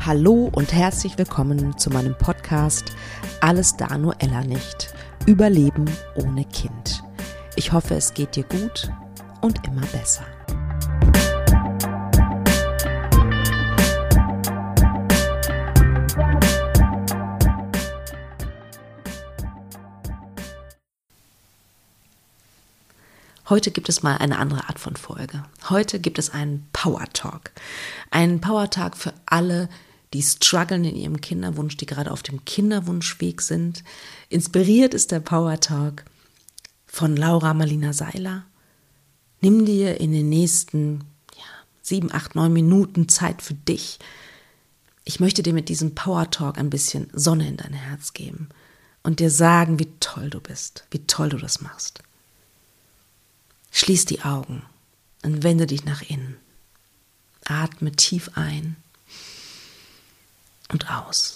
Hallo und herzlich willkommen zu meinem Podcast Alles da nur Ella nicht. Überleben ohne Kind. Ich hoffe, es geht dir gut und immer besser. Heute gibt es mal eine andere Art von Folge. Heute gibt es einen Power Talk. Einen Power Talk für alle, die strugglen in ihrem Kinderwunsch, die gerade auf dem Kinderwunschweg sind. Inspiriert ist der Power Talk von Laura Marlina Seiler. Nimm dir in den nächsten 7, 8, 9 Minuten Zeit für dich. Ich möchte dir mit diesem Power Talk ein bisschen Sonne in dein Herz geben und dir sagen, wie toll du bist, wie toll du das machst. Schließ die Augen und wende dich nach innen. Atme tief ein und aus.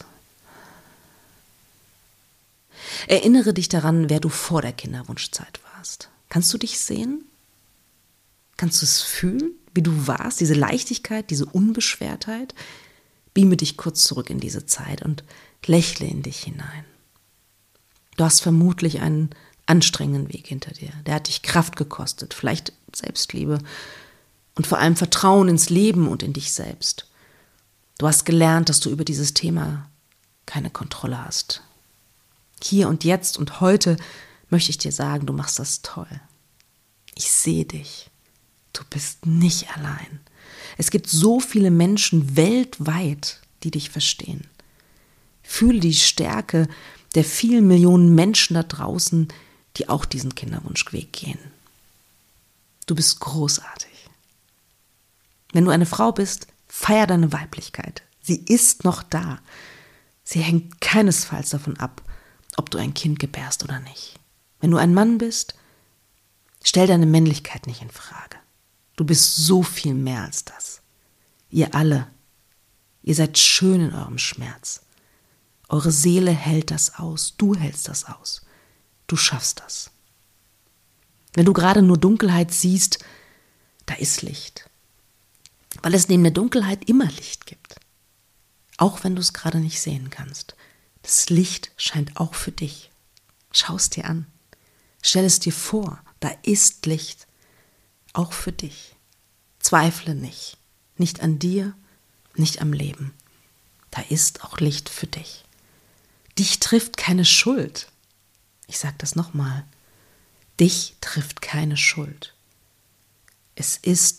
Erinnere dich daran, wer du vor der Kinderwunschzeit warst. Kannst du dich sehen? Kannst du es fühlen, wie du warst? Diese Leichtigkeit, diese Unbeschwertheit? Beame dich kurz zurück in diese Zeit und lächle in dich hinein. Du hast vermutlich einen anstrengenden Weg hinter dir. Der hat dich Kraft gekostet, vielleicht Selbstliebe und vor allem Vertrauen ins Leben und in dich selbst. Du hast gelernt, dass du über dieses Thema keine Kontrolle hast. Hier und jetzt und heute möchte ich dir sagen, du machst das toll. Ich sehe dich. Du bist nicht allein. Es gibt so viele Menschen weltweit, die dich verstehen. Fühle die Stärke der vielen Millionen Menschen da draußen, die auch diesen Kinderwunschweg gehen. Du bist großartig. Wenn du eine Frau bist, feier deine Weiblichkeit. Sie ist noch da. Sie hängt keinesfalls davon ab, ob du ein Kind gebärst oder nicht. Wenn du ein Mann bist, stell deine Männlichkeit nicht in Frage. Du bist so viel mehr als das. Ihr alle, ihr seid schön in eurem Schmerz. Eure Seele hält das aus. Du hältst das aus. Du schaffst das. Wenn du gerade nur Dunkelheit siehst, da ist Licht. Weil es neben der Dunkelheit immer Licht gibt. Auch wenn du es gerade nicht sehen kannst. Das Licht scheint auch für dich. Schau es dir an. Stell es dir vor, da ist Licht. Auch für dich. Zweifle nicht. Nicht an dir, nicht am Leben. Da ist auch Licht für dich. Dich trifft keine Schuld. Ich sage das nochmal. Dich trifft keine Schuld. Es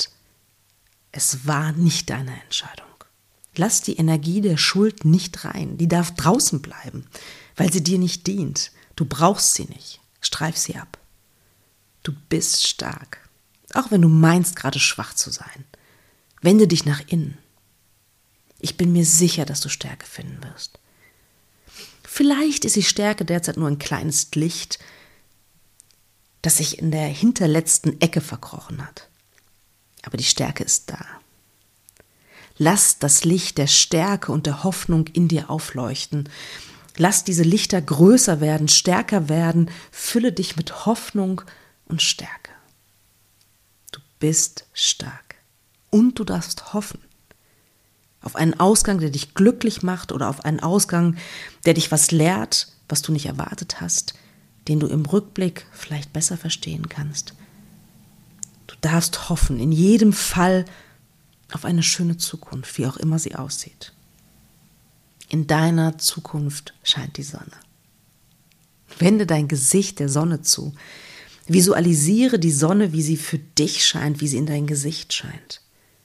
war nicht deine Entscheidung. Lass die Energie der Schuld nicht rein. Die darf draußen bleiben, weil sie dir nicht dient. Du brauchst sie nicht. Streif sie ab. Du bist stark. Auch wenn du meinst, gerade schwach zu sein. Wende dich nach innen. Ich bin mir sicher, dass du Stärke finden wirst. Vielleicht ist die Stärke derzeit nur ein kleines Licht, das sich in der hinterletzten Ecke verkrochen hat. Aber die Stärke ist da. Lass das Licht der Stärke und der Hoffnung in dir aufleuchten. Lass diese Lichter größer werden, stärker werden. Fülle dich mit Hoffnung und Stärke. Du bist stark. Und du darfst hoffen. Auf einen Ausgang, der dich glücklich macht oder auf einen Ausgang, der dich was lehrt, was du nicht erwartet hast, den du im Rückblick vielleicht besser verstehen kannst. Du darfst hoffen, in jedem Fall auf eine schöne Zukunft, wie auch immer sie aussieht. In deiner Zukunft scheint die Sonne. Wende dein Gesicht der Sonne zu. Visualisiere die Sonne, wie sie für dich scheint, wie sie in dein Gesicht scheint.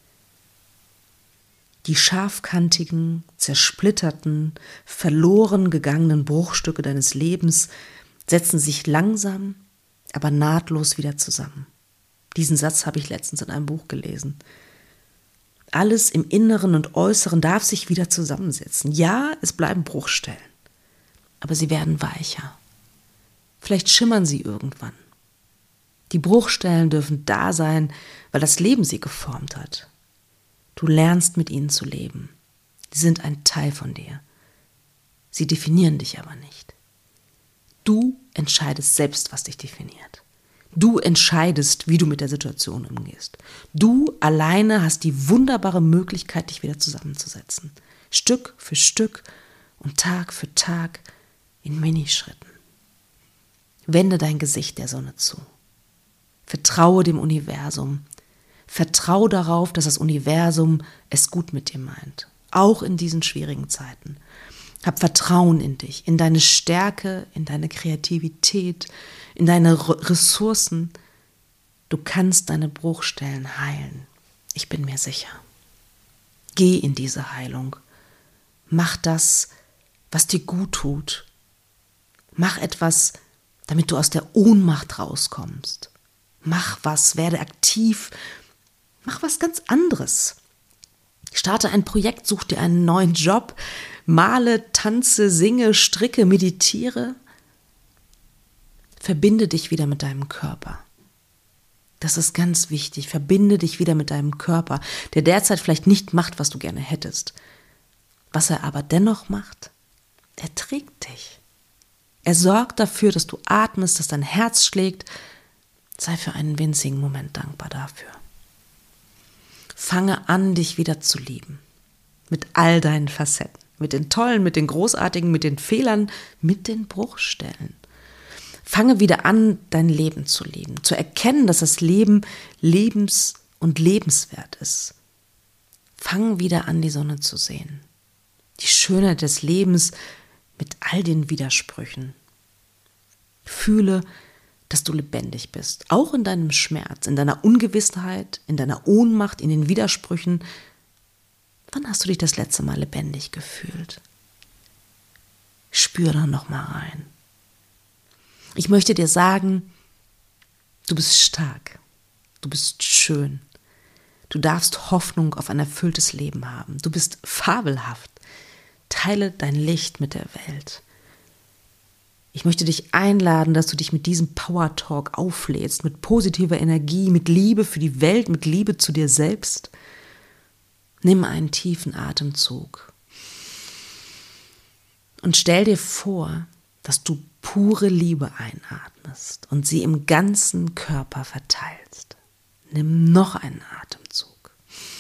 Die scharfkantigen, zersplitterten, verloren gegangenen Bruchstücke deines Lebens setzen sich langsam, aber nahtlos wieder zusammen. Diesen Satz habe ich letztens in einem Buch gelesen. Alles im Inneren und Äußeren darf sich wieder zusammensetzen. Ja, es bleiben Bruchstellen, aber sie werden weicher. Vielleicht schimmern sie irgendwann. Die Bruchstellen dürfen da sein, weil das Leben sie geformt hat. Du lernst mit ihnen zu leben. Sie sind ein Teil von dir. Sie definieren dich aber nicht. Du entscheidest selbst, was dich definiert. Du entscheidest, wie du mit der Situation umgehst. Du alleine hast die wunderbare Möglichkeit, dich wieder zusammenzusetzen. Stück für Stück und Tag für Tag in Minischritten. Wende dein Gesicht der Sonne zu. Vertraue dem Universum. Vertraue darauf, dass das Universum es gut mit dir meint. Auch in diesen schwierigen Zeiten. Hab Vertrauen in dich, in deine Stärke, in deine Kreativität, in deine Ressourcen. Du kannst deine Bruchstellen heilen. Ich bin mir sicher. Geh in diese Heilung. Mach das, was dir gut tut. Mach etwas, damit du aus der Ohnmacht rauskommst. Mach was, werde aktiv. Mach was ganz anderes. Starte ein Projekt, such dir einen neuen Job, male, tanze, singe, stricke, meditiere. Verbinde dich wieder mit deinem Körper. Das ist ganz wichtig. Verbinde dich wieder mit deinem Körper, der derzeit vielleicht nicht macht, was du gerne hättest. Was er aber dennoch macht, er trägt dich. Er sorgt dafür, dass du atmest, dass dein Herz schlägt. Sei für einen winzigen Moment dankbar dafür. Fange an, dich wieder zu lieben. Mit all deinen Facetten. Mit den tollen, mit den großartigen, mit den Fehlern, mit den Bruchstellen. Fange wieder an, dein Leben zu lieben. Zu erkennen, dass das Leben lebens- und lebenswert ist. Fang wieder an, die Sonne zu sehen. Die Schönheit des Lebens mit all den Widersprüchen. Fühle, dass du lebendig bist, auch in deinem Schmerz, in deiner Ungewissheit, in deiner Ohnmacht, in den Widersprüchen. Wann hast du dich das letzte Mal lebendig gefühlt? Spür da noch mal rein. Ich möchte dir sagen, du bist stark, du bist schön, du darfst Hoffnung auf ein erfülltes Leben haben, du bist fabelhaft. Teile dein Licht mit der Welt. Ich möchte dich einladen, dass du dich mit diesem Power Talk auflädst, mit positiver Energie, mit Liebe für die Welt, mit Liebe zu dir selbst. Nimm einen tiefen Atemzug und stell dir vor, dass du pure Liebe einatmest und sie im ganzen Körper verteilst. Nimm noch einen Atemzug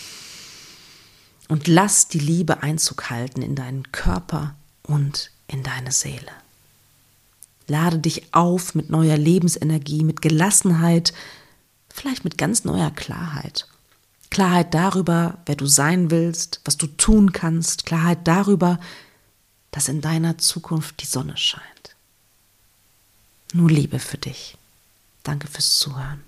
und lass die Liebe Einzug halten in deinen Körper und in deine Seele. Lade dich auf mit neuer Lebensenergie, mit Gelassenheit, vielleicht mit ganz neuer Klarheit. Klarheit darüber, wer du sein willst, was du tun kannst. Klarheit darüber, dass in deiner Zukunft die Sonne scheint. Nur Liebe für dich. Danke fürs Zuhören.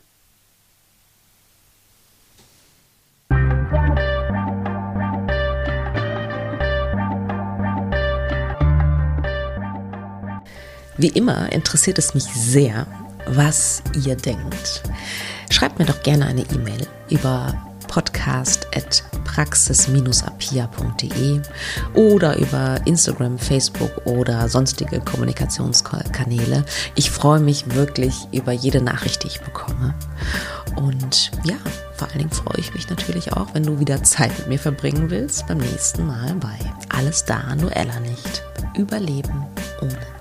Wie immer interessiert es mich sehr, was ihr denkt. Schreibt mir doch gerne eine E-Mail über podcast@praxis-apia.de oder über Instagram, Facebook oder sonstige Kommunikationskanäle. Ich freue mich wirklich über jede Nachricht, die ich bekomme. Und ja, vor allen Dingen freue ich mich natürlich auch, wenn du wieder Zeit mit mir verbringen willst, beim nächsten Mal bei Alles da, Noella nicht. Überleben ohne